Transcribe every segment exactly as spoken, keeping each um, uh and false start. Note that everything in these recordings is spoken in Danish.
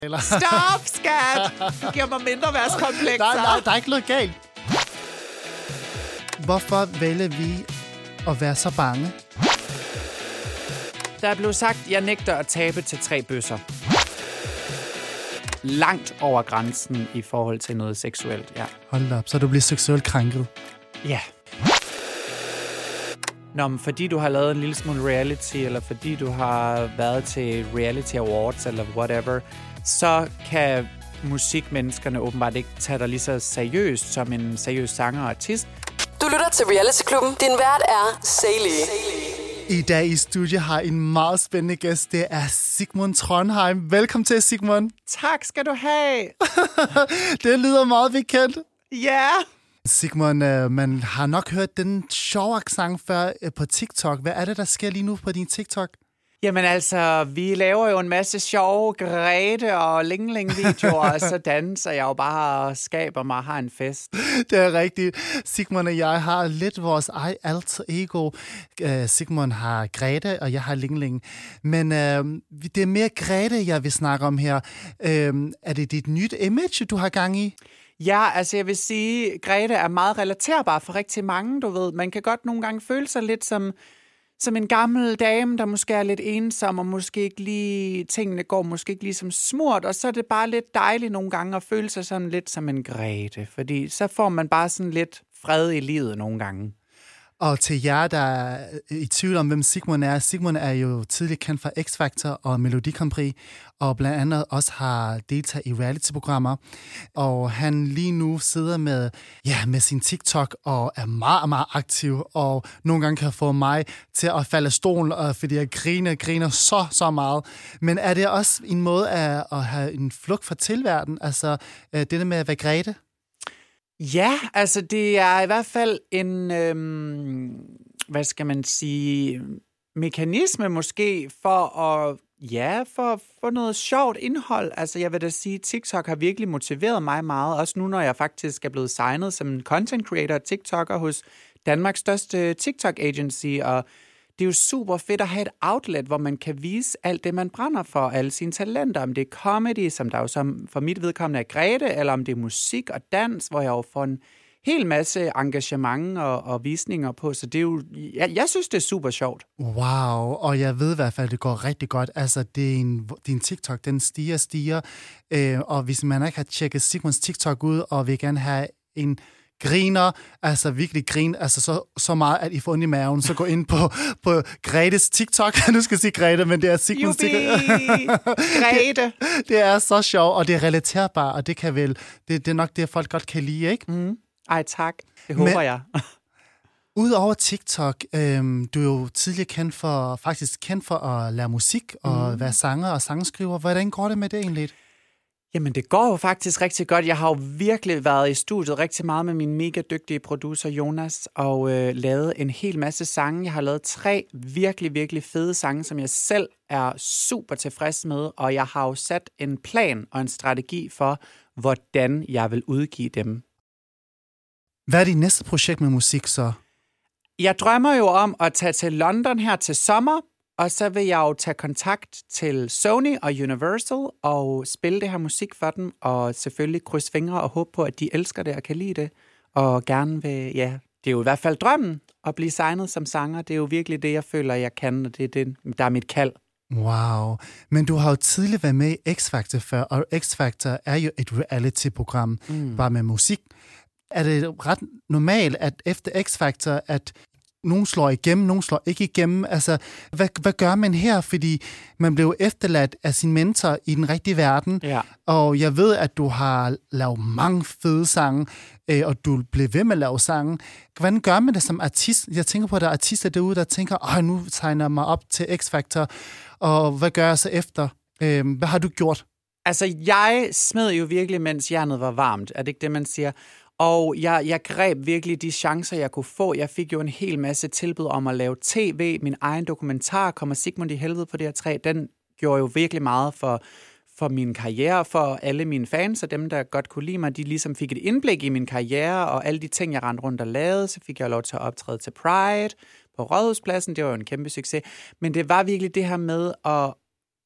Eller... Stop, skat! Du giver mig mindre værtskomplekser. Nej, nej, der er ikke noget galt. Hvorfor vælger vi at være så bange? Der er blevet sagt, at jeg nægter at tabe til tre bøsser. Langt over grænsen i forhold til noget seksuelt, ja. Hold op, så du bliver seksuelt krænket. Ja. Nå, men fordi du har lavet en lille smule reality, eller fordi du har været til Reality Awards, eller whatever, så kan musikmenneskerne åbenbart ikke tage dig lige så seriøst som en seriøs sanger og artist. Du lytter til Reality Klubben. Din vært er Sally. I dag i studiet har en meget spændende gæst. Det er Sigmund Trondheim. Velkommen til, Sigmund. Tak skal du have. Det lyder meget bekendt. Ja. Yeah. Sigmund, øh, man har nok hørt den sjove sang før øh, på TikTok. Hvad er det, der sker lige nu på din TikTok? Jamen altså, vi laver jo en masse sjove Grete og Ling-Ling-videoer, og så danser jeg jo bare og skaber mig og har en fest. Det er rigtigt. Sigmund og jeg har lidt vores eget alter ego. Uh, Sigmund har Grete, og jeg har Ling-Ling. Men uh, det er mere Grete, jeg vil snakke om her. Uh, er det dit nyt image, du har gang i? Ja, altså jeg vil sige, Grete er meget relaterbar for rigtig mange, du ved. Man kan godt nogle gange føle sig lidt som... Som en gammel dame, der måske er lidt ensom, og måske ikke lige, tingene går måske ikke lige som smurt, og så er det bare lidt dejligt nogle gange at føle sig sådan lidt som en Grete, fordi så får man bare sådan lidt fred i livet nogle gange. Og til jer, der er i tvivl om, hvem Sigmund er. Sigmund er jo tidligere kendt fra X-Factor og Melodi Grand Prix, og blandt andet også har deltaget i reality-programmer. Og han lige nu sidder med, ja, med sin TikTok og er meget, meget aktiv, og nogle gange kan få mig til at falde af stolen, fordi jeg griner, griner så, så meget. Men er det også en måde at, at have en flugt fra tilværelsen? Altså det der med at være Grete? Ja, altså det er i hvert fald en, øhm, hvad skal man sige, mekanisme måske for at, ja, for at få noget sjovt indhold. Altså jeg vil da sige, TikTok har virkelig motiveret mig meget, også nu når jeg faktisk er blevet signet som en content creator og TikToker hos Danmarks største TikTok agency, og det er jo super fedt at have et outlet, hvor man kan vise alt det, man brænder for, alle sine talenter. Om det er comedy, som der jo som for mit vedkommende er Grete, eller om det er musik og dans, hvor jeg jo får en hel masse engagement og, og visninger på. Så det er jo, jeg, jeg synes, det er super sjovt. Wow, og jeg ved i hvert fald, det går rigtig godt. Altså, det er en, din TikTok, den stiger, stiger. Øh, og hvis man ikke har tjekket Sigmunds TikTok ud, og vil gerne have en griner, altså virkelig grin, altså så, så meget, at I får ondt i maven, så gå ind på, på Gretes TikTok. Nu skal jeg sige Grete, men det er Sigmunds TikTok. Grete! det, det er så sjovt, og det er relaterbart, og det kan vel, det, det er nok det, folk godt kan lide, ikke? Mm. Ej, tak. Det håber men, jeg. Udover TikTok, øhm, du er jo tidligere kendt for, faktisk kendt for at lære musik, og mm. være sanger og sangskriver. Hvordan går det med det egentlig? Jamen, det går jo faktisk rigtig godt. Jeg har jo virkelig været i studiet rigtig meget med min mega dygtige producer Jonas, og øh, lavet en hel masse sange. Jeg har lavet tre virkelig, virkelig fede sange, som jeg selv er super tilfreds med, og jeg har jo sat en plan og en strategi for, hvordan jeg vil udgive dem. Hvad er dit næste projekt med musik så? Jeg drømmer jo om at tage til London her til sommer, og så vil jeg jo tage kontakt til Sony og Universal og spille det her musik for dem, og selvfølgelig krydse fingre og håbe på, at de elsker det og kan lide det, og gerne vil, ja, det er jo i hvert fald drømmen at blive signet som sanger. Det er jo virkelig det, jeg føler, jeg kan, og det er det, der er mit kald. Wow. Men du har jo tidligere været med i X-Factor før, og X-Factor er jo et reality-program, mm. bare med musik. Er det ret normalt, at efter X-Factor, at nogen slår igennem, nogen slår ikke igennem? Altså, hvad, hvad gør man her? Fordi man blev efterladt af sin mentor i den rigtige verden, ja. Og jeg ved, at du har lavet mange fede sange, øh, og du bliver ved med at lave sange. Hvordan gør man det som artist? Jeg tænker på, at der er artister derude, der tænker, åh, nu tegner jeg mig op til X-Factor, og hvad gør jeg så efter? Øh, hvad har du gjort? Altså, jeg smed jo virkelig, mens jernet var varmt. Er det ikke det, man siger? Og jeg, jeg greb virkelig de chancer, jeg kunne få. Jeg fik jo en hel masse tilbud om at lave tv. Min egen dokumentar, Kommer Sigmund i helvede på det her træ, den gjorde jo virkelig meget for, for min karriere, for alle mine fans, og dem, der godt kunne lide mig, de ligesom fik et indblik i min karriere, og alle de ting, jeg rendte rundt og lavede. Så fik jeg lov til at optræde til Pride på Rådhuspladsen. Det var jo en kæmpe succes. Men det var virkelig det her med at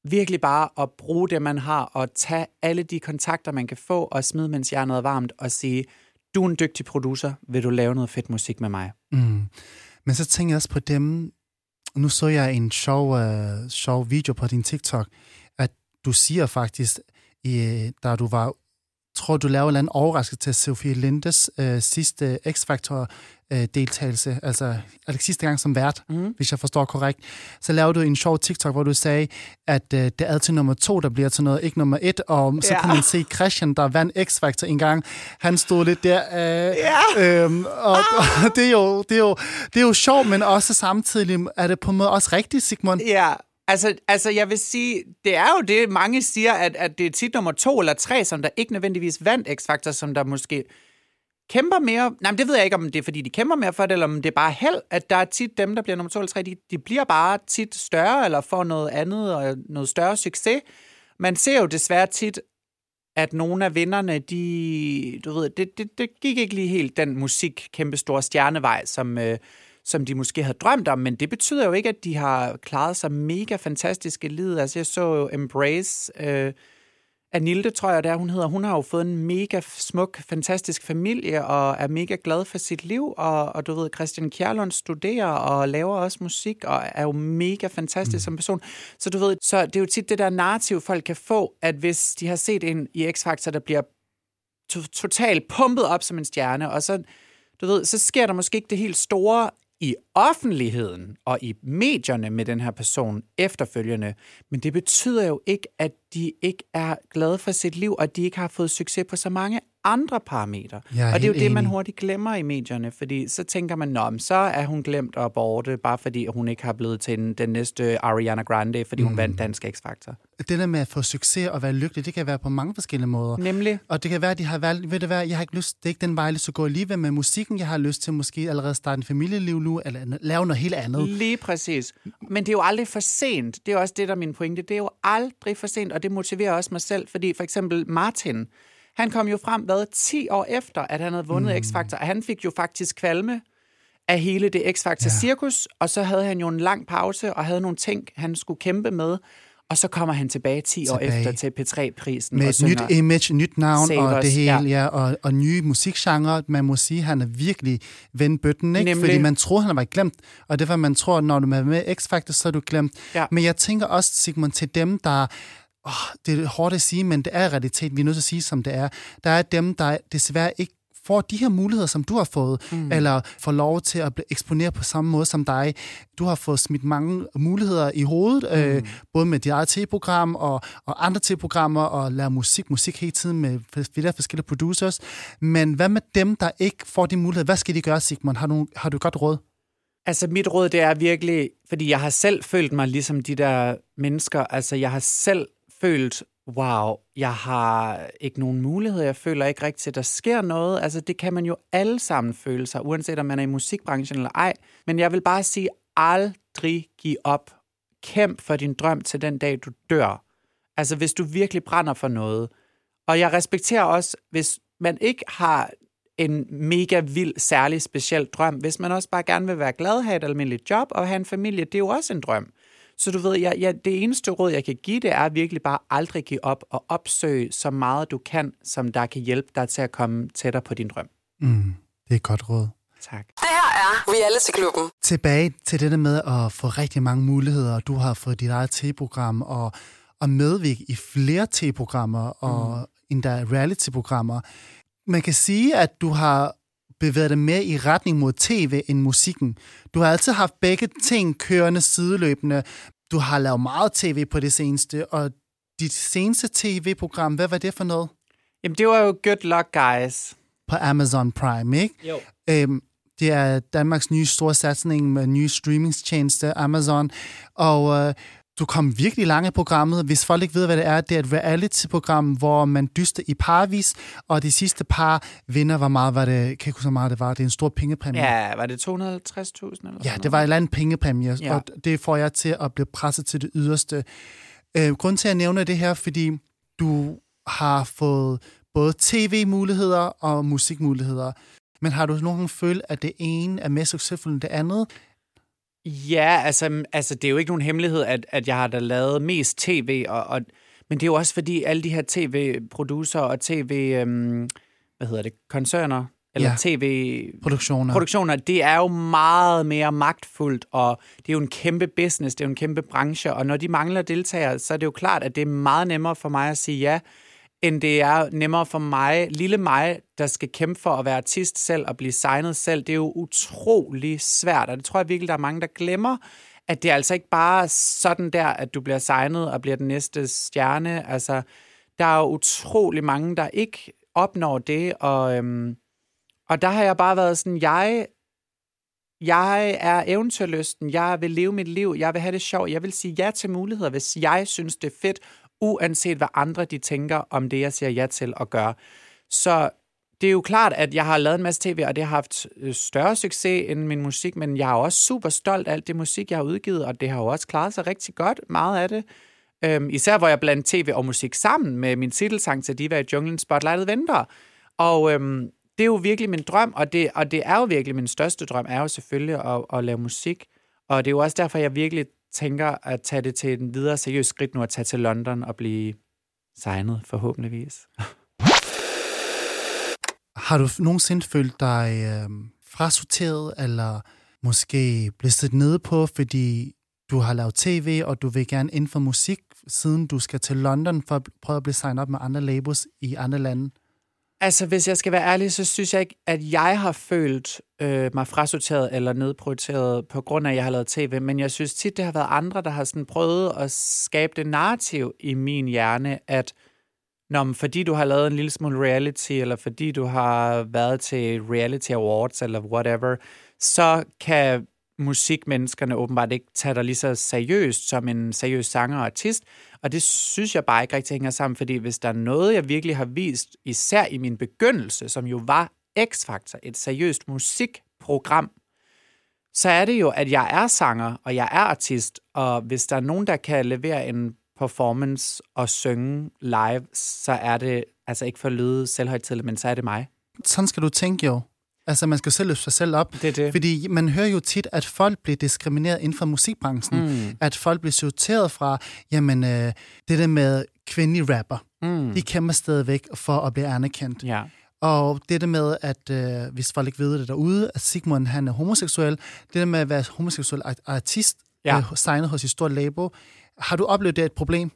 virkelig bare at bruge det, man har, og tage alle de kontakter, man kan få, og smide, mens jernet er varmt, og sige, du er en dygtig producer, vil du lave noget fedt musik med mig? Mm. Men så tænker jeg også på dem, nu så jeg en sjov, uh, sjov video på din TikTok, at du siger faktisk, i, da du var, tror du lavede en eller anden overraskelse til Sofie Lindes uh, sidste X-Factor uh, deltagelse, altså eller sidste gang som vært, mm. hvis jeg forstår korrekt, så lavede du en sjov TikTok, hvor du sagde, at uh, det er altid nummer to, der bliver til noget, ikke nummer et, og så ja. kunne man se Christian, der vandt X-Factor en gang, han stod lidt der, uh, ja. øhm, og, ah. og det, er jo, det, er jo, det er jo sjovt, men også samtidig er det på en måde også rigtigt, Sigmund? Ja. Altså, altså, jeg vil sige, det er jo det, mange siger, at, at det er tit nummer to eller tre, som der ikke nødvendigvis vandt X-Factor, som der måske kæmper mere. Nej, men det ved jeg ikke, om det er, fordi de kæmper mere for det, eller om det er bare held, at der er tit dem, der bliver nummer to eller tre, de, de bliver bare tit større, eller får noget andet, og noget større succes. Man ser jo desværre tit, at nogle af vinderne, de, du ved, det, det, det gik ikke lige helt den musik, kæmpe store stjernevej, som... Øh, som de måske havde drømt om, men det betyder jo ikke, at de har klaret sig mega fantastiske liv. Altså, jeg så jo Embrace, øh, Anilde, tror jeg, der hun hedder. Hun har jo fået en mega smuk, fantastisk familie, og er mega glad for sit liv, og, og du ved, Christian Kjærlund studerer, og laver også musik, og er jo mega fantastisk mm. som person. Så du ved, så det er jo tit det der narrativ, folk kan få, at hvis de har set en i X-Factor, der bliver to- totalt pumpet op som en stjerne, og så, du ved, så sker der måske ikke det helt store i offentligheden og i medierne med den her person efterfølgende. Men det betyder jo ikke, at de ikke er glade for sit liv, og at de ikke har fået succes på så mange andre parametre. Og det er jo det, enig. Man hurtigt glemmer i medierne, fordi så tænker man, nå, så er hun glemt og borte, bare fordi hun ikke har blevet til den, den næste Ariana Grande, fordi hun mm. vandt Dansk X-Factor. Det der med at få succes og være lykkelig, det kan være på mange forskellige måder. Nemlig. Og det kan være, at de har valgt, ved det være, jeg har ikke lyst, det er ikke den vej, jeg gå alligevel med musikken, jeg har lyst til måske allerede starte en familieliv nu, eller lave noget helt andet. Lige præcis. Men det er jo aldrig for sent. Det er også det, der er min pointe. Det er jo aldrig for sent, og det motiverer også mig selv, fordi for eksempel Martin, han kom jo frem, hvad, ti år efter, at han havde vundet mm. X-Factor. Han fik jo faktisk kvalme af hele det X-Factor-cirkus, ja. Og så havde han jo en lang pause, og havde nogle ting, han skulle kæmpe med. Og så kommer han tilbage ti tilbage. år efter til P tre-prisen. Med og et nyt image, nyt navn Save og us, det hele, ja. ja, og, og nye musikgenre. Man må sige, at han er virkelig vendt bøtten, ikke? Fordi man tror, han var glemt. Og det var, man tror, når du er med X-Factor, så er du glemt. Ja. Men jeg tænker også, Sigmund, til dem, der... Oh, det er hårdt at sige, men det er realitet. Vi er nødt til at sige, som det er. Der er dem, der desværre ikke får de her muligheder, som du har fået, mm. eller får lov til at blive eksponeret på samme måde som dig. Du har fået smidt mange muligheder i hovedet, mm. øh, både med dit eget tv-program og, og andre tv-programmer, og lave musik, musik hele tiden med flere forskellige producers. Men hvad med dem, der ikke får de muligheder? Hvad skal de gøre, Sigmund? Har du, har du godt råd? Altså, mit råd, det er virkelig, fordi jeg har selv følt mig ligesom de der mennesker. Altså, jeg har selv følt, wow, jeg har ikke nogen mulighed, jeg føler ikke rigtigt, at der sker noget. Altså, det kan man jo alle sammen føle sig, uanset om man er i musikbranchen eller ej. Men jeg vil bare sige, aldrig give op. Kæmp for din drøm til den dag, du dør. Altså, hvis du virkelig brænder for noget. Og jeg respekterer også, hvis man ikke har en mega vild, særlig speciel drøm, hvis man også bare gerne vil være glad, have et almindeligt job og have en familie, det er jo også en drøm. Så du ved, jeg, jeg, det eneste råd, jeg kan give, det er virkelig bare aldrig give op og opsøge så meget du kan, som der kan hjælpe dig til at komme tættere på din drøm. Mm, det er et godt råd. Tak. Det her er Reality-klubben. Tilbage til det med at få rigtig mange muligheder. Du har fået dit eget tv-program og, og medvirke i flere tv-programmer og mm. endda reality-programmer. Man kan sige, at du har bevæget dig mere i retning mod tv end musikken. Du har altid haft begge ting kørende sideløbende. Du har lavet meget tv på det seneste, og dit seneste tv-program, hvad var det for noget? Jamen, det var jo Good Luck Guys. På Amazon Prime, ikke? Jo. Øhm, det er Danmarks nye store satsning med nye streamingstjeneste, Amazon, og øh, du kom virkelig langt i programmet. Hvis folk ikke ved, hvad det er, det er et reality-program, hvor man dyster i parvis, og de sidste par vinder, hvor meget var det, kan ikke huske, hvor meget det var, det er en stor pengepræmie. Ja, var det to hundrede og halvtreds tusind eller Ja, det var en eller anden pengepræmie, ja. Og det får jeg til at blive presset til det yderste. Øh, grunden til, at jeg nævner det her, fordi du har fået både tv-muligheder og musikmuligheder. Men har du nogen følt, at det ene er mere succesfuldt end det andet? Ja, altså, altså det er jo ikke nogen hemmelighed, at, at jeg har da lavet mest tv, og, og, men det er jo også fordi alle de her tv-producer og tv, øhm, hvad hedder det, koncerner, eller ja. tv-produktioner, produktioner, det er jo meget mere magtfuldt, og det er jo en kæmpe business, det er jo en kæmpe branche, og når de mangler deltagere, så er det jo klart, at det er meget nemmere for mig at sige ja, end det er nemmere for mig, lille mig, der skal kæmpe for at være artist selv og blive signet selv. Det er jo utrolig svært, og det tror jeg virkelig, der er mange, der glemmer, at det er altså ikke bare sådan der, at du bliver signet og bliver den næste stjerne. Altså, der er jo utrolig mange, der ikke opnår det, og, øhm, og der har jeg bare været sådan, jeg, jeg er eventyrlysten, jeg vil leve mit liv, jeg vil have det sjovt, jeg vil sige ja til muligheder, hvis jeg synes, det er fedt, uanset hvad andre de tænker om det, jeg siger ja til at gøre. Så det er jo klart, at jeg har lavet en masse tv, og det har haft større succes end min musik, men jeg er også super stolt af alt det musik, jeg har udgivet, og det har jo også klaret sig rigtig godt, meget af det. Øhm, især hvor jeg blandt tv og musik sammen med min titelsang til Diva i Junglen, Spotlightet venter. Og øhm, det er jo virkelig min drøm, og det, og det er jo virkelig min største drøm, er jo selvfølgelig at, at lave musik. Og det er jo også derfor, jeg virkelig tænker at tage det til en videre seriøs skridt nu, at tage til London og blive signet, forhåbentligvis. Har du nogensinde følt dig øh, frasorteret, eller måske blistet nede på, fordi du har lavet tv, og du vil gerne inden for musik, siden du skal til London for at prøve at blive signet op med andre labels i andre lande? Altså, hvis jeg skal være ærlig, så synes jeg ikke, at jeg har følt øh, mig frasorteret eller nedprioriteret på grund af, at jeg har lavet tv, men jeg synes tit, det har været andre, der har sådan prøvet at skabe det narrativ i min hjerne, at når, fordi du har lavet en lille smule reality, eller fordi du har været til reality awards, eller whatever, så kan musikmenneskerne åbenbart ikke tage dig lige så seriøst som en seriøs sanger og artist, og det synes jeg bare ikke rigtig hænger sammen, fordi hvis der er noget, jeg virkelig har vist, især i min begyndelse, som jo var X-Factor, et seriøst musikprogram, så er det jo, at jeg er sanger, og jeg er artist, og hvis der er nogen, der kan levere en performance og synge live, så er det altså ikke for at lyde selvhøjtideligt, men så er det mig. Sådan skal du tænke jo. Altså, man skal selv løfte sig selv op. Det er det. Fordi man hører jo tit, at folk bliver diskrimineret inden for musikbranchen. Mm. At folk bliver sorteret fra, jamen, øh, det der med kvindelige rapper. Mm. De kæmper stadigvæk for at blive anerkendt. Ja. Og det der med, at øh, hvis folk ikke ved det derude, at Sigmund, han er homoseksuel. Det der med at være homoseksuel artist, ja. øh, signet hos et stort label. Har du oplevet det et problem?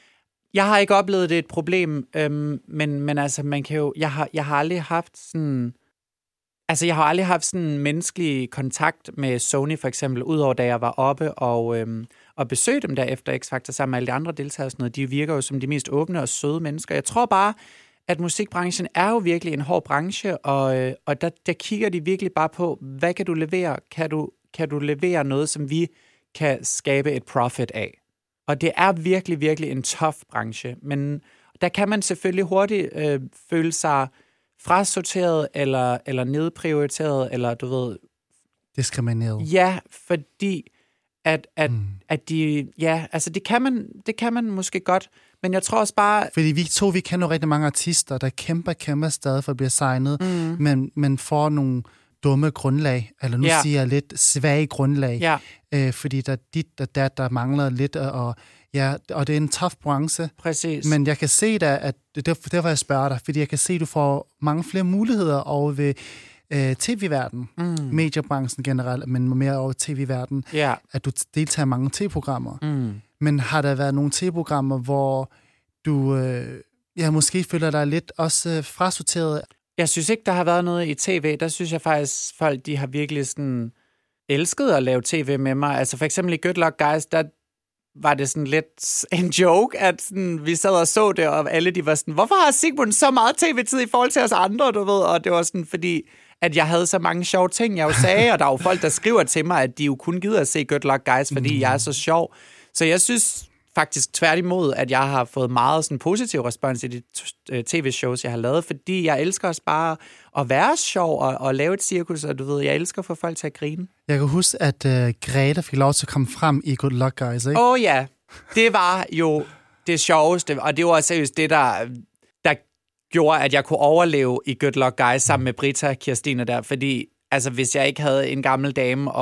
Jeg har ikke oplevet det et problem, øhm, men, men altså, man kan jo... Jeg har, jeg har aldrig haft sådan... Altså, jeg har aldrig haft sådan en menneskelig kontakt med Sony, for eksempel, udover da jeg var oppe og, øhm, og besøgte dem der efter X-Factor sammen med alle de andre deltagere og sådan noget. De virker jo som de mest åbne og søde mennesker. Jeg tror bare, at musikbranchen er jo virkelig en hård branche, og, øh, og der, der kigger de virkelig bare på, hvad kan du levere? Kan du, kan du levere noget, som vi kan skabe et profit af? Og det er virkelig, virkelig en tough branche. Men der kan man selvfølgelig hurtigt øh, føle sig frasorteret eller, eller nedprioriteret, eller du ved... diskrimineret. Ja, fordi at, at, mm. at de... Ja, altså det kan, man, det kan man måske godt, men jeg tror også bare... Fordi vi to, vi kender rigtig mange artister, der kæmper, kæmper stadig for at blive signet, mm. men, men får nogle dumme grundlag, eller nu ja. siger jeg lidt svage grundlag, ja. øh, fordi der dit og dat, der mangler lidt, og, ja, og det er en tough branche. Præcis. Men jeg kan se dig, at det derfor jeg spørger dig, fordi jeg kan se, at du får mange flere muligheder over ved øh, tv-verdenen, mm. mediebranchen generelt, men mere over tv-verdenen, ja. at du deltager i mange tv-programmer. Mm. Men har der været nogle tv-programmer, hvor du øh, ja, måske føler dig lidt også øh, frasorteret? Jeg synes ikke, der har været noget i tv. Der synes jeg faktisk, folk de har virkelig sådan elsket at lave tv med mig. Altså for eksempel i Good Luck Guys, der var det sådan lidt en joke, at sådan, vi sad og så det, og alle de var sådan, hvorfor har Sigmund så meget tv-tid i forhold til os andre, du ved? Og det var sådan, fordi at jeg havde så mange sjove ting, jeg jo sagde, og der er jo folk, der skriver til mig, at de jo kun gider at se Good Luck Guys, fordi mm. jeg er så sjov. Så jeg synes faktisk tværtimod, at jeg har fået meget sådan positiv respons i de tv-shows, jeg har lavet, fordi jeg elsker også bare at være sjov og, og lave et cirkus, og du ved, jeg elsker at få folk til at grine. Jeg kan huske, at uh, Greta fik lov til at komme frem i Good Luck Guys, ikke? Åh oh, ja, det var jo det sjoveste, og det var seriøst det, der, der gjorde, at jeg kunne overleve i Good Luck Guys sammen med Britta og Kirstine der, fordi altså, hvis jeg ikke havde en gammel dame og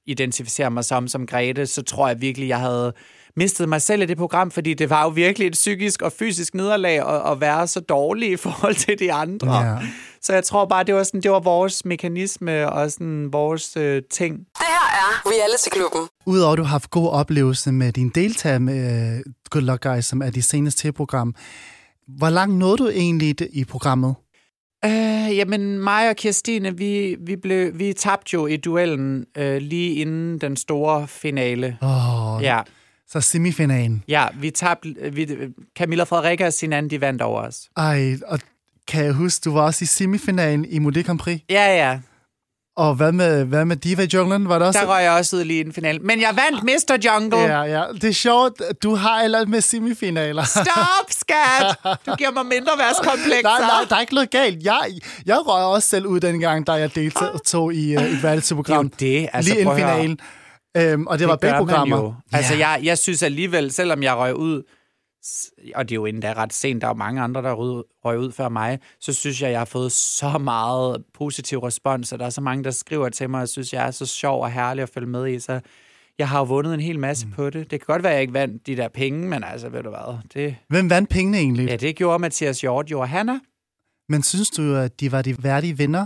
identificere mig som, som Grete, så tror jeg virkelig, jeg havde mistet mig selv i det program, fordi det var jo virkelig et psykisk og fysisk nederlag at, at være så dårlig i forhold til de andre. Ja. Så jeg tror bare, det var, sådan, det var vores mekanisme og sådan vores øh, ting. Det her er Reality-klubben. Udover at du har haft god oplevelse med din deltager med uh, Good Luck Guys, som er de seneste program, hvor langt nåede du egentlig i programmet? Øh, jamen, mig og Kirstine, vi, vi, blev, vi tabte jo i duellen øh, lige inden den store finale. Åh, oh, ja. Så semifinalen. Ja, vi tabte... Vi, Camilla Frederikke og Sinan, de vandt over os. Ej, og kan jeg huske, du var også i semifinalen i Melodi Grand Prix? Ja, ja. Og hvad med, hvad med Diva Junglen? Var det også? Der røg jeg også ud lige i den finale. Men jeg vandt mister Jungle. Ja, ja. Det er sjovt. Du har eller med semifinaler. Stop, skat! Du giver mig mindre værtskomplekser. Nej, nej, der er ikke noget galt. Jeg, jeg røg også selv ud dengang, da jeg deltog i uh, et reality-program. Det er jo det. Altså, lige inden finalen. Øhm, og det, det var begge programmer. Jo. Altså, jeg, jeg synes alligevel, selvom jeg røg ud, og det er jo endda ret sent, der er jo mange andre, der røg ud før mig, så synes jeg, jeg har fået så meget positiv respons, og der er så mange, der skriver til mig, og synes, jeg er så sjov og herlig at følge med i, så jeg har jo vundet en hel masse mm. på det. Det kan godt være, at jeg ikke vandt de der penge, men altså, ved du hvad? Det... Hvem vandt pengene egentlig? Ja, det gjorde Mathias Hjort jo, og Hanna. Men synes du, at de var de værdige vinder?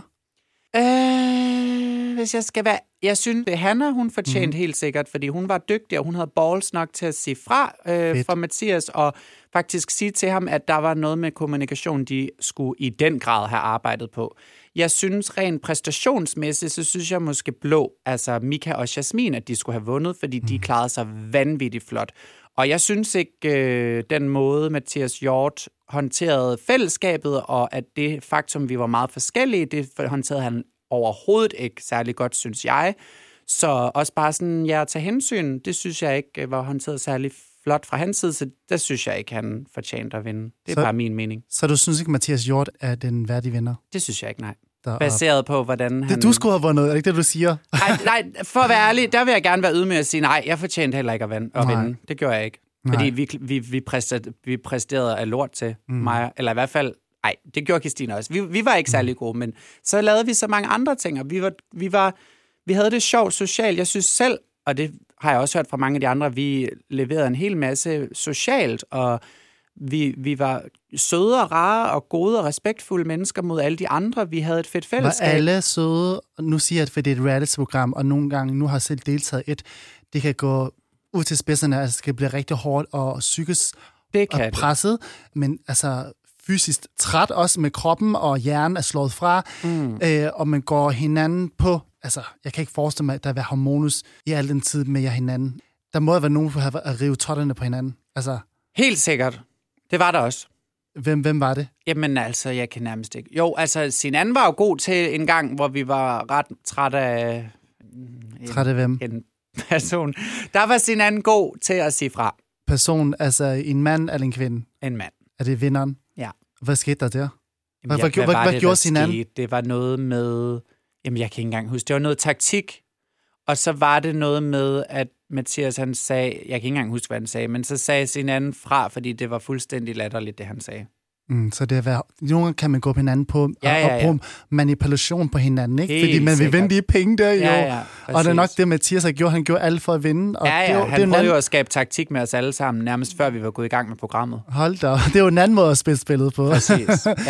Øh, hvis jeg skal være... Jeg synes, det Hanna, hun fortjente mm. helt sikkert, fordi hun var dygtig, og hun havde balls nok til at sige fra øh, fra Mathias, og faktisk sige til ham, at der var noget med kommunikation, de skulle i den grad have arbejdet på. Jeg synes rent præstationsmæssigt, så synes jeg måske blå, altså Mika og Jasmin, at de skulle have vundet, fordi mm. de klarede sig vanvittigt flot. Og jeg synes ikke, øh, den måde Mathias Hjort håndterede fællesskabet, og at det faktum, vi var meget forskellige, det håndterede han overhovedet ikke særlig godt, synes jeg. Så også bare sådan, ja, at tage hensyn, det synes jeg ikke var håndteret særlig flot fra hans side, så der synes jeg ikke, han fortjente at vinde. Det er så, bare min mening. Så du synes ikke, Mathias Hjort er den værdige vinder? Det synes jeg ikke, nej. Derop. Baseret på, hvordan han... Det du skulle have vundet, er det ikke det, du siger? nej, nej, for at være ærlig, der vil jeg gerne være ydmyg og sige, nej, jeg fortjente heller ikke at vinde. At vinde. Det gjorde jeg ikke. Nej. Fordi vi, vi, vi, præsterede, vi præsterede af lort til mm. mig, eller i hvert fald, nej, det gjorde Christina også. Vi, vi var ikke særlig gode, men så lavede vi så mange andre ting, og vi, var, vi, var, vi havde det sjovt socialt. Jeg synes selv, og det har jeg også hørt fra mange af de andre, vi leverede en hel masse socialt, og vi, vi var søde og rare og gode og respektfulde mennesker mod alle de andre. Vi havde et fedt fællesskab. Var alle søde? Nu siger jeg, at det er et reality-program, og nogle gange, nu har jeg selv deltaget et, det kan gå ud til spidserne, altså det kan blive rigtig hårdt og psykisk og presset, det. Men altså fysisk træt også med kroppen, og hjernen er slået fra, mm. øh, og man går hinanden på. Altså, jeg kan ikke forestille mig, at der vil være harmonisk i al den tid med jer hinanden. Der må være nogen, der har at rive totterne på hinanden. Altså, helt sikkert. Det var der også. Hvem, hvem var det? Jamen altså, jeg kan nærmest ikke. Jo, altså, Sinan var jo god til en gang, hvor vi var ret trætte af... Trætte af hvem? En person. Der var Sinan god til at sige fra. Person, altså en mand eller en kvinde? En mand. Er det vinderen? Ja. Hvad skete der der? Jamen, hvad, ja, hvad, hvad, hvad, var hvad det, gjorde Sinan? Skete? Det var noget med... Jamen, jeg kan ikke engang huske. Det var noget taktik. Og så var det noget med, at Mathias, han sagde... Jeg kan ikke engang huske, hvad han sagde, men så sagde Sinan fra, fordi det var fuldstændig latterligt, det han sagde. Mm, så det er, nogle gange kan man gå på hinanden på, ja, ja, ja. og bruge manipulation på hinanden, ikke? Helt Fordi man vil vinde de penge der, jo. Ja, ja, og det er nok det, Mathias har gjort. Han gjorde alt for at vinde. Og ja, ja, det er, han det er prøvede jo at skabe taktik med os alle sammen, nærmest før vi var gået i gang med programmet. Hold da, det er jo en anden måde at spille spillet på. Præcis, ja.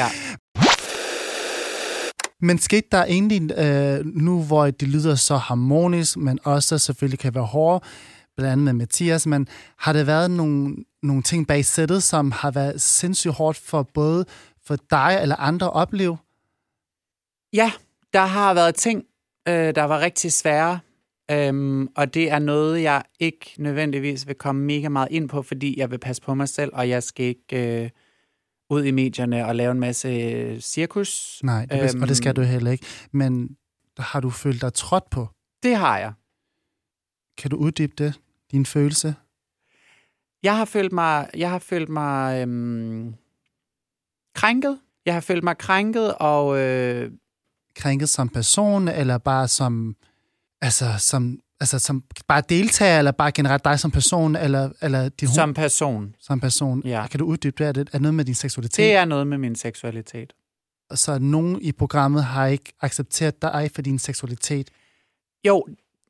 Men skete der egentlig, øh, nu hvor det lyder så harmonisk, men også selvfølgelig kan være hårdt, blandt andet med Mathias, men har der været nogle, nogle ting bag sættet, som har været sindssygt hårdt for både for dig eller andre at opleve? Ja, der har været ting, øh, der var rigtig svære, øhm, og det er noget, jeg ikke nødvendigvis vil komme mega meget ind på, fordi jeg vil passe på mig selv, og jeg skal ikke øh, ud i medierne og lave en masse cirkus. Nej, det, øhm, og det skal du heller ikke. Men har du følt dig trådt på? Det har jeg. Kan du uddybe det? Din følelse? Jeg har følt mig, jeg har følt mig øhm, krænket. Jeg har følt mig krænket og... Øh... Krænket som person, eller bare som... Altså, som, altså, som bare deltager, eller bare generelt dig som person, eller... eller din som person. Som person. Ja. Kan du uddybe det? Er det er noget med din seksualitet? Det er noget med min seksualitet. Så nogen i programmet har ikke accepteret dig for din seksualitet? Jo,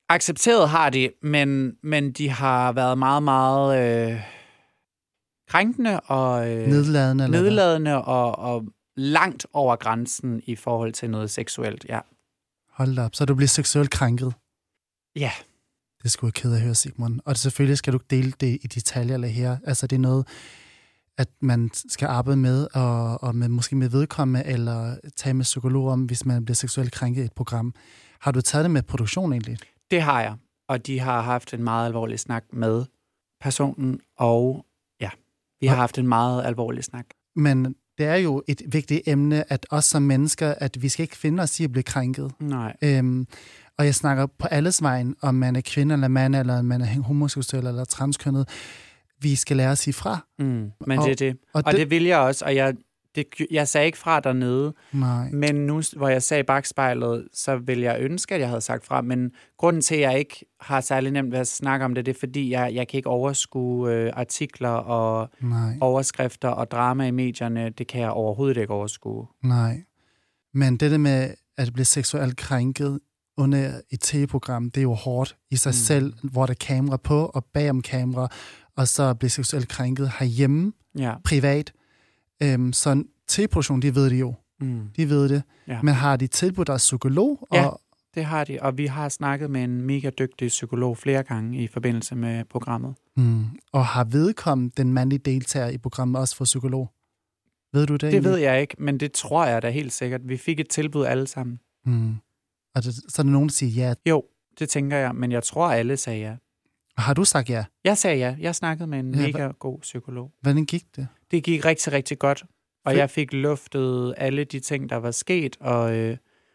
Accepteret har de, men, men de har været meget, meget øh, krænkende og øh, Nedladende. Eller nedladende og, og langt over grænsen i forhold til noget seksuelt, ja. Hold da op, så du bliver seksuelt krænket. Ja. Det er sgu ikke ked at høre, Sigmund. Og det, selvfølgelig skal du ikke dele det i detaljer eller her. Altså, det er noget, at man skal arbejde med, og, og med, måske med vedkommende, eller tage med psykolog om, hvis man bliver seksuelt krænket i et program. Har du taget det med produktion egentlig? Det har jeg, og de har haft en meget alvorlig snak med personen, og ja, vi har haft en meget alvorlig snak. Men det er jo et vigtigt emne, at os som mennesker, at vi skal ikke finde os i at blive krænket. Nej. Øhm, og jeg snakker på alles vejen, om man er kvinde eller mand, eller man er homoseksuel eller transkønnet. Vi skal lære at sige fra. Mm, men og, det er det. Og, og det, det vil jeg også, og jeg, det, jeg sagde ikke fra dernede. Nej. Men nu, hvor jeg sagde i bagspejlet, så vil jeg ønske, at jeg havde sagt fra. Men grunden til, at jeg ikke har særlig nemt ved at snakke om det, det er, fordi jeg, jeg kan ikke overskue øh, artikler og Nej. overskrifter og drama i medierne. Det kan jeg overhovedet ikke overskue. Nej. Men det der med at blive seksuelt krænket under et tv-program, det er jo hårdt i sig mm. selv, hvor der er kamera på og bagom kamera, og så blive seksuelt krænket herhjemme, ja. privat. Øhm, så tv-produktion, de ved det jo. Mm. De ved det. Ja. Men har de tilbudt deres psykolog? Ja, og... det har de, og vi har snakket med en mega dygtig psykolog flere gange i forbindelse med programmet. Mm. Og har vedkommet den mandlige deltager i programmet også for psykolog? Ved du det? Det egentlig? ved jeg ikke, men det tror jeg da helt sikkert. Vi fik et tilbud alle sammen. Mm. Og det, så er der nogen, der siger ja? Jo, det tænker jeg, men jeg tror, alle sagde ja. Har du sagt ja? Jeg sagde ja. Jeg snakkede med en ja, mega hva- god psykolog. Hvordan gik det? Det gik rigtig, rigtig godt. Og For... jeg fik luftet alle de ting, der var sket, og, øh,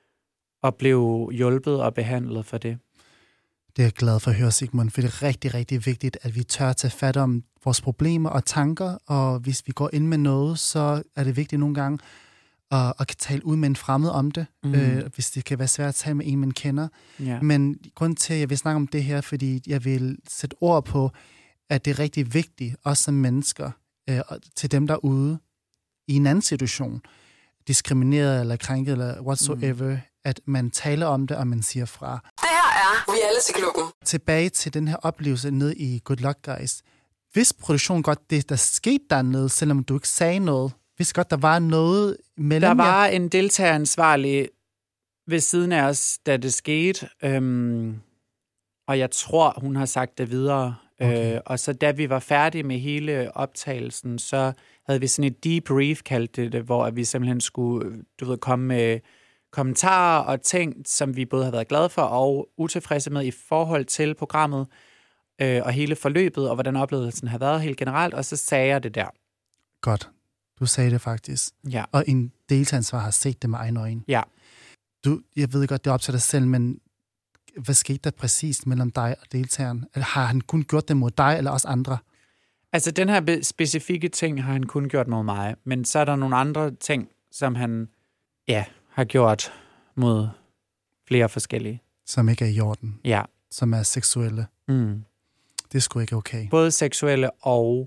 og blev hjulpet og behandlet for det. Det er jeg glad for at høre, Sigmund, for det er rigtig, rigtig vigtigt, at vi tør tage fat om vores problemer og tanker, og hvis vi går ind med noget, så er det vigtigt nogle gange at, at kan tale ud med en fremmed om det, mm. øh, hvis det kan være svært at tale med en, man kender. Ja. Men grunden til, at jeg vil snakke om det her, fordi jeg vil sætte ord på, at det er rigtig vigtigt, også som mennesker, øh, til dem derude, i en anden situation, diskrimineret eller krænket eller whatsoever, mm. at man taler om det, og man siger fra. Det her er Reality-klubben. Tilbage til den her oplevelse ned i Good Luck Guys. Hvis produktionen godt det, der skete dernede, selvom du ikke sagde noget, hvis godt der var noget mellem Der var jer. en deltageransvarlig ved siden af os, da det skete, øhm, og jeg tror, hun har sagt det videre. Okay. Øh, og så da vi var færdige med hele optagelsen, så havde vi sådan et debrief, kaldte det, det, hvor vi simpelthen skulle, du ved, komme med kommentarer og ting, som vi både har været glade for og utilfredse med i forhold til programmet øh, og hele forløbet, og hvordan oplevelsen har været helt generelt, og så sagde jeg det der. Godt. Du sagde det faktisk. Ja. Og en deltageransvar har set det med egne øjne. Ja. Du, jeg ved godt, det er op til dig selv, men hvad skete der præcist mellem dig og deltageren? Har han kun gjort det mod dig, eller også andre? Altså, den her specifikke ting har han kun gjort mod mig, men så er der nogle andre ting, som han, ja, har gjort mod flere forskellige. Som ikke er i orden. Ja. Som er seksuelle. Mm. Det er sgu ikke okay. Både seksuelle og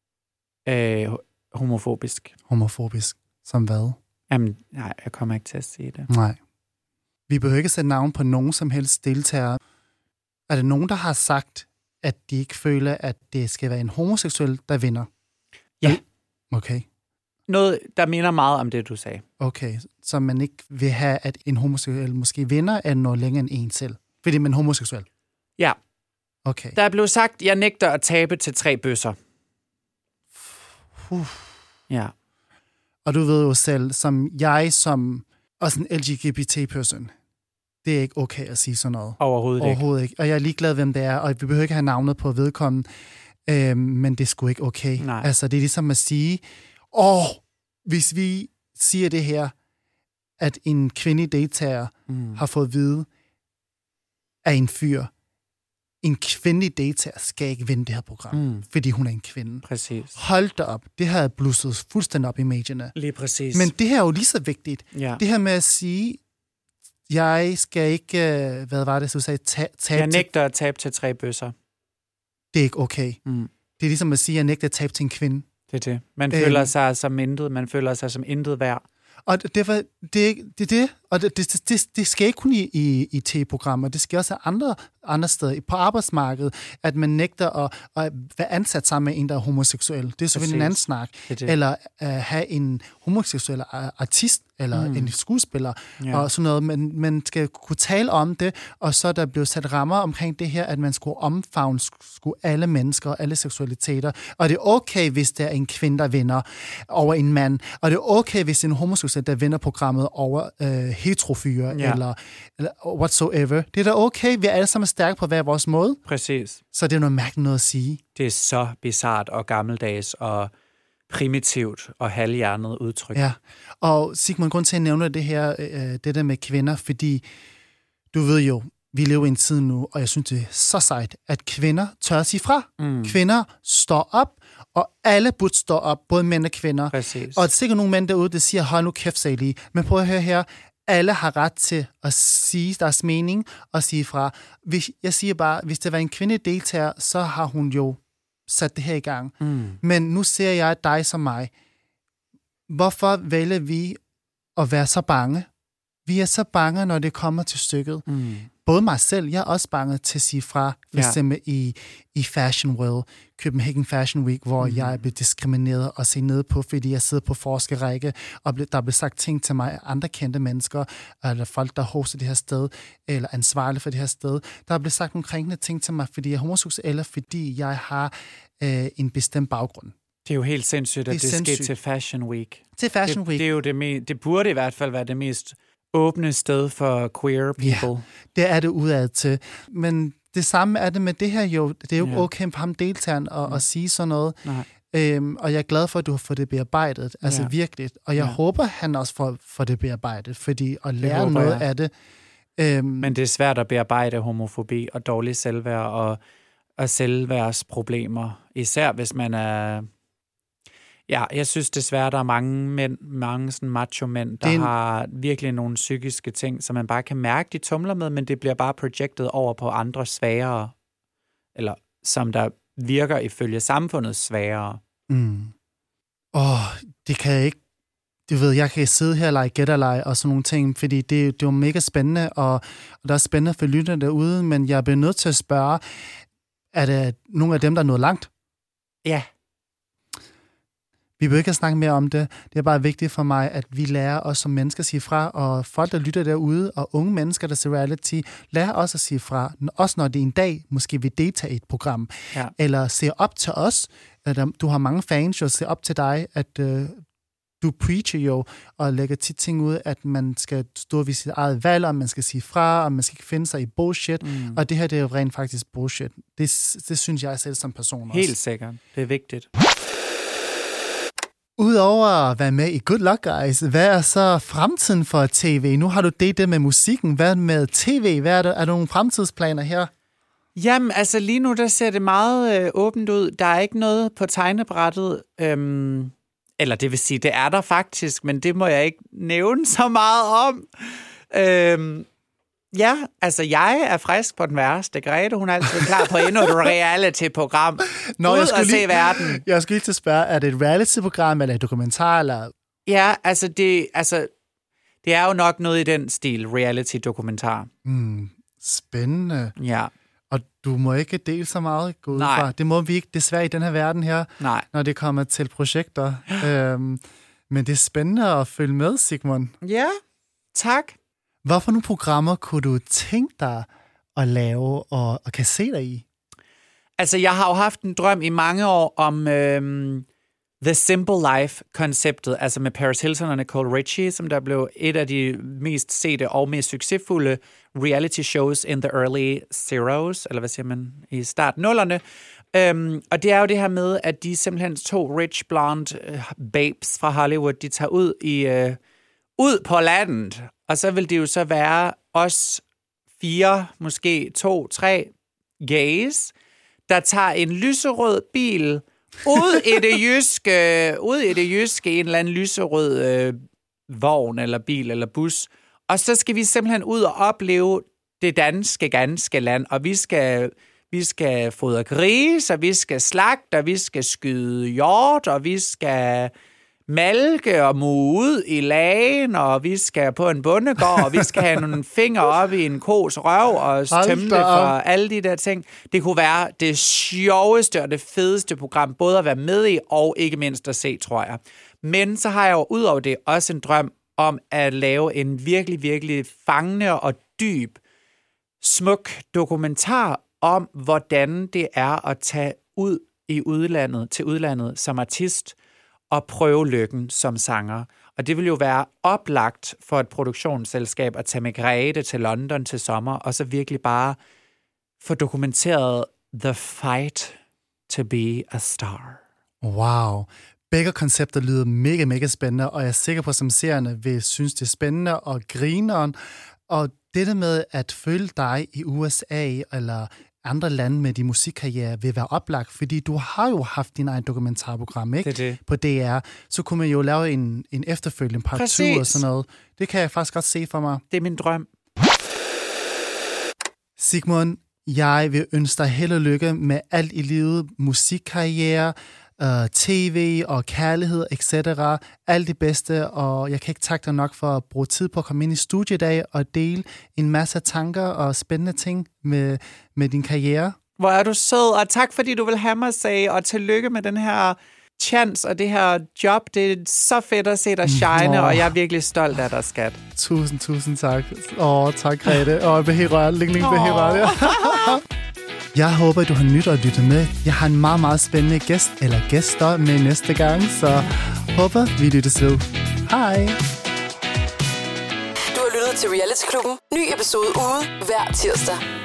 øh, homofobisk. Homofobisk. Som hvad? Jamen, nej, jeg kommer ikke til at sige det. Nej. Vi behøver ikke sætte navn på nogen som helst deltagere. Er det nogen, der har sagt, at de ikke føler, at det skal være en homoseksuel, der vinder? Ja. Okay. Noget, der minder meget om det, du sagde. Okay, så man ikke vil have, at en homoseksuel måske vinder, end noget længere end en selv. Fordi man er homoseksuel? Ja. Okay. Der er blevet sagt, at jeg nægter at tabe til tre bøsser. Uh. Ja. Og du ved jo selv, som jeg som også en L G B T-person, det er ikke okay at sige sådan noget. Overhovedet ikke. Overhovedet ikke. Og jeg er ligeglad, hvem det er, og vi behøver ikke have navnet på vedkommende, øhm, men det er sgu ikke okay. Nej. Altså, det er ligesom at sige, åh, hvis vi siger det her, at en kvindelig deltager mm. har fået at vide af en fyr, en kvindelig deltager skal ikke vinde det her program, mm. fordi hun er en kvinde. Præcis. Hold da op. Det her er blusset fuldstændig op i medierne. Lige præcis. Men det her er jo lige så vigtigt. Ja. Det her med at sige, jeg skal ikke, hvad var det, så du sagde, ta- tabe Jeg nægter at tabe til tre bøsser. Det er ikke okay. Mm. Det er ligesom at sige, at jeg nægter at tabe til en kvinde. Det er det. Man Øhm. føler sig som intet. Man føler sig som intet værd. Og det, det, det, det er det. Og det, det, det, det skal ikke kun i, i, i tv-programmer. Det skal også have andre andre steder på arbejdsmarkedet, at man nægter at, at være ansat sammen med en, der er homoseksuel. Det er selvfølgelig en anden snak. Det det. Eller uh, have en homoseksuel artist, eller mm. en skuespiller, ja. Og sådan noget. Men man skal kunne tale om det, og så der blev sat rammer omkring det her, at man skulle omfavne skulle alle mennesker og alle seksualiteter. Og det er okay, hvis der er en kvinde, der vinder over en mand. Og det er okay, hvis det er en homoseksuel, der vinder programmet over uh, heterofyre, ja. eller, eller whatsoever. Det er da okay, vi er alle sammen stærke på hver vores måde. Præcis. Så det er noget mærkeligt noget at sige. Det er så bizart og gammeldags og primitivt og halvhjernet udtryk. Ja, og Sigmund, grund til at nævne det her, øh, det der med kvinder, fordi du ved jo, vi lever i en tid nu, og jeg synes, det er så sejt, at kvinder tør at sige fra. Mm. Kvinder står op, og alle burde stå op, både mænd og kvinder. Præcis. Og der er sikkert nogle mænd derude, der siger, hold nu kæft, Sally. Men prøv at høre her, alle har ret til at sige deres mening og sige fra. Hvis, jeg siger bare, hvis det var en kvinde deltager, så har hun jo sat det her i gang. Mm. Men nu ser jeg dig som mig. Hvorfor vælger vi at være så bange? Vi er så bange, når det kommer til stykket. Mm. Både mig selv, jeg er også bange til at sige fra, for eksempel ja. i, i Fashion World, Copenhagen Fashion Week, hvor mm. jeg er blevet diskrimineret og set ned på, fordi jeg sidder på forskerrække, og der bliver sagt ting til mig af andre kendte mennesker, eller folk, der hoster det her sted, eller ansvarlige for det her sted. Der er blevet sagt nogle krænkende ting til mig, fordi jeg er homoseksuel, eller fordi jeg har øh, en bestemt baggrund. Det er jo helt sindssygt, at det, det sker til Fashion Week. Til Fashion det, Week. Det, er jo det, me- det burde i hvert fald være det mest åbne sted for queer people. Ja, det er det udad til. Men det samme er det med det her jo. Det er jo ja. okay for ham deltageren at, mm. at sige sådan noget. Øhm, og jeg er glad for, at du har fået det bearbejdet. Altså ja. virkelig. Og jeg ja. håber, han også får, får det bearbejdet, fordi at lære noget jeg. af det. Øhm, Men det er svært at bearbejde homofobi og dårlig selvværd og, og selvværdsproblemer. Især hvis man er... Ja, jeg synes desværre, der er mange mænd, mange sådan macho-mænd, der en... har virkelig nogle psykiske ting, som man bare kan mærke, de tumler med, men det bliver bare projectet over på andre svagere, eller som der virker ifølge samfundet svagere. Mm. Åh, oh, det kan jeg ikke. Du ved, jeg kan sidde her og lege gætterlege og sådan nogle ting, fordi det, det er jo mega spændende, og, og der er spændende for lytterne derude, men jeg bliver nødt til at spørge, er det nogle af dem, der er nået langt? Ja. Vi vil ikke snakke mere om det. Det er bare vigtigt for mig, at vi lærer os som mennesker at sige fra, og folk, der lytter derude, og unge mennesker, der ser reality, lærer også at sige fra. Også når det en dag måske vil deltage i et program, ja. eller ser op til os. Du har mange fans, og ser op til dig, at uh, du preacher jo, og lægger tit ting ud, at man skal stå ved sit eget valg, og man skal sige fra, og man skal ikke finde sig i bullshit. Mm. Og det her, det er jo rent faktisk bullshit. Det, det synes jeg selv som person også. Helt sikkert. Det er vigtigt. Udover at være med i Good Luck Guys, hvad er så fremtiden for tv? Nu har du det der med musikken. Hvad med tv? Hvad er der, er der nogle fremtidsplaner her? Jamen, altså lige nu, der ser det meget øh, åbent ud. Der er ikke noget på tegnebrættet. Øhm, eller det vil sige, det er der faktisk, men det må jeg ikke nævne så meget om. Øhm, ja, altså jeg er frisk på den værste. Grete, hun er altid klar på endnu et reality-program. Nå, ud og se verden. Jeg skulle lige til at spørge, er det et reality-program, eller et dokumentar, eller... Ja, altså det, altså det er jo nok noget i den stil, reality-dokumentar. Mm, spændende. Ja. Og du må ikke dele så meget, gå ud fra. Det må vi ikke desværre i den her verden her, Nej. når det kommer til projekter. øhm, men det er spændende at følge med, Sigmund. Ja, tak. Hvorfor nogle programmer kunne du tænke dig at lave og, og kan se dig i? Altså, jeg har jo haft en drøm i mange år om øhm, The Simple Life-konceptet, altså med Paris Hilton og Nicole Richie, som der blev et af de mest sete og mest succesfulde reality shows in the early zeros, eller hvad siger man, i start nullerne. Øhm, og det er jo det her med, at de simpelthen to rich blonde øh, babes fra Hollywood, de tager ud i øh, ud på landet, og så vil det jo så være os fire, måske to, tre gays, der tager en lyserød bil ud i det jyske, ud i det jyske, en eller anden lyserød øh, vogn eller bil eller bus, og så skal vi simpelthen ud og opleve det danske, ganske land, og vi skal, vi skal fodre gris, og vi skal slagte, og vi skal skyde hjort, og vi skal malke og muge ud i lagen, og vi skal på en bondegård, og vi skal have nogle fingre op i en kos røv, og tømme det for alle de der ting. Det kunne være det sjoveste og det fedeste program, både at være med i, og ikke mindst at se, tror jeg. Men så har jeg jo ud over det også en drøm om at lave en virkelig, virkelig fangende og dyb, smuk dokumentar om, hvordan det er at tage ud i udlandet, til udlandet som artist, og prøve lykken som sanger. Og det vil jo være oplagt for et produktionsselskab at tage med Grete til London til sommer, og så virkelig bare få dokumenteret the fight to be a star. Wow. Begge koncepter lyder mega, mega spændende, og jeg er sikker på, at som seerne vil synes, det er spændende og grineren. Og det med at følge dig i U S A eller andre lande med din musikkarriere vil være oplagt, fordi du har jo haft din egen dokumentarprogram, ikke? Det det. På D R. Så kunne man jo lave en, en efterfølgende part to og sådan noget. Det kan jeg faktisk godt se for mig. Det er min drøm. Sigmund, jeg vil ønske dig held og lykke med alt i livet, musikkarriere, uh, tv og kærlighed, et cetera. Alt det bedste, og jeg kan ikke takke dig nok for at bruge tid på at komme ind i studiet i dag og dele en masse tanker og spændende ting med, med din karriere. Hvor er du sød, og tak fordi du vil have mig, Sag, og tillykke med den her chance og det her job. Det er så fedt at se dig shine, oh. Og jeg er virkelig stolt af dig, skat. Tusind, tusind tak. Åh, oh, tak, Grete. Åh, oh, jeg bliver helt rørt. Ling, ling, bliver helt rørt. Jeg håber, du har nyt at lytte med. Jeg har en meget, meget spændende gæst eller gæster med næste gang, så håber, vi lyttes ved. Hej! Du har lyttet til Reality Klubben. Ny episode ude hver tirsdag.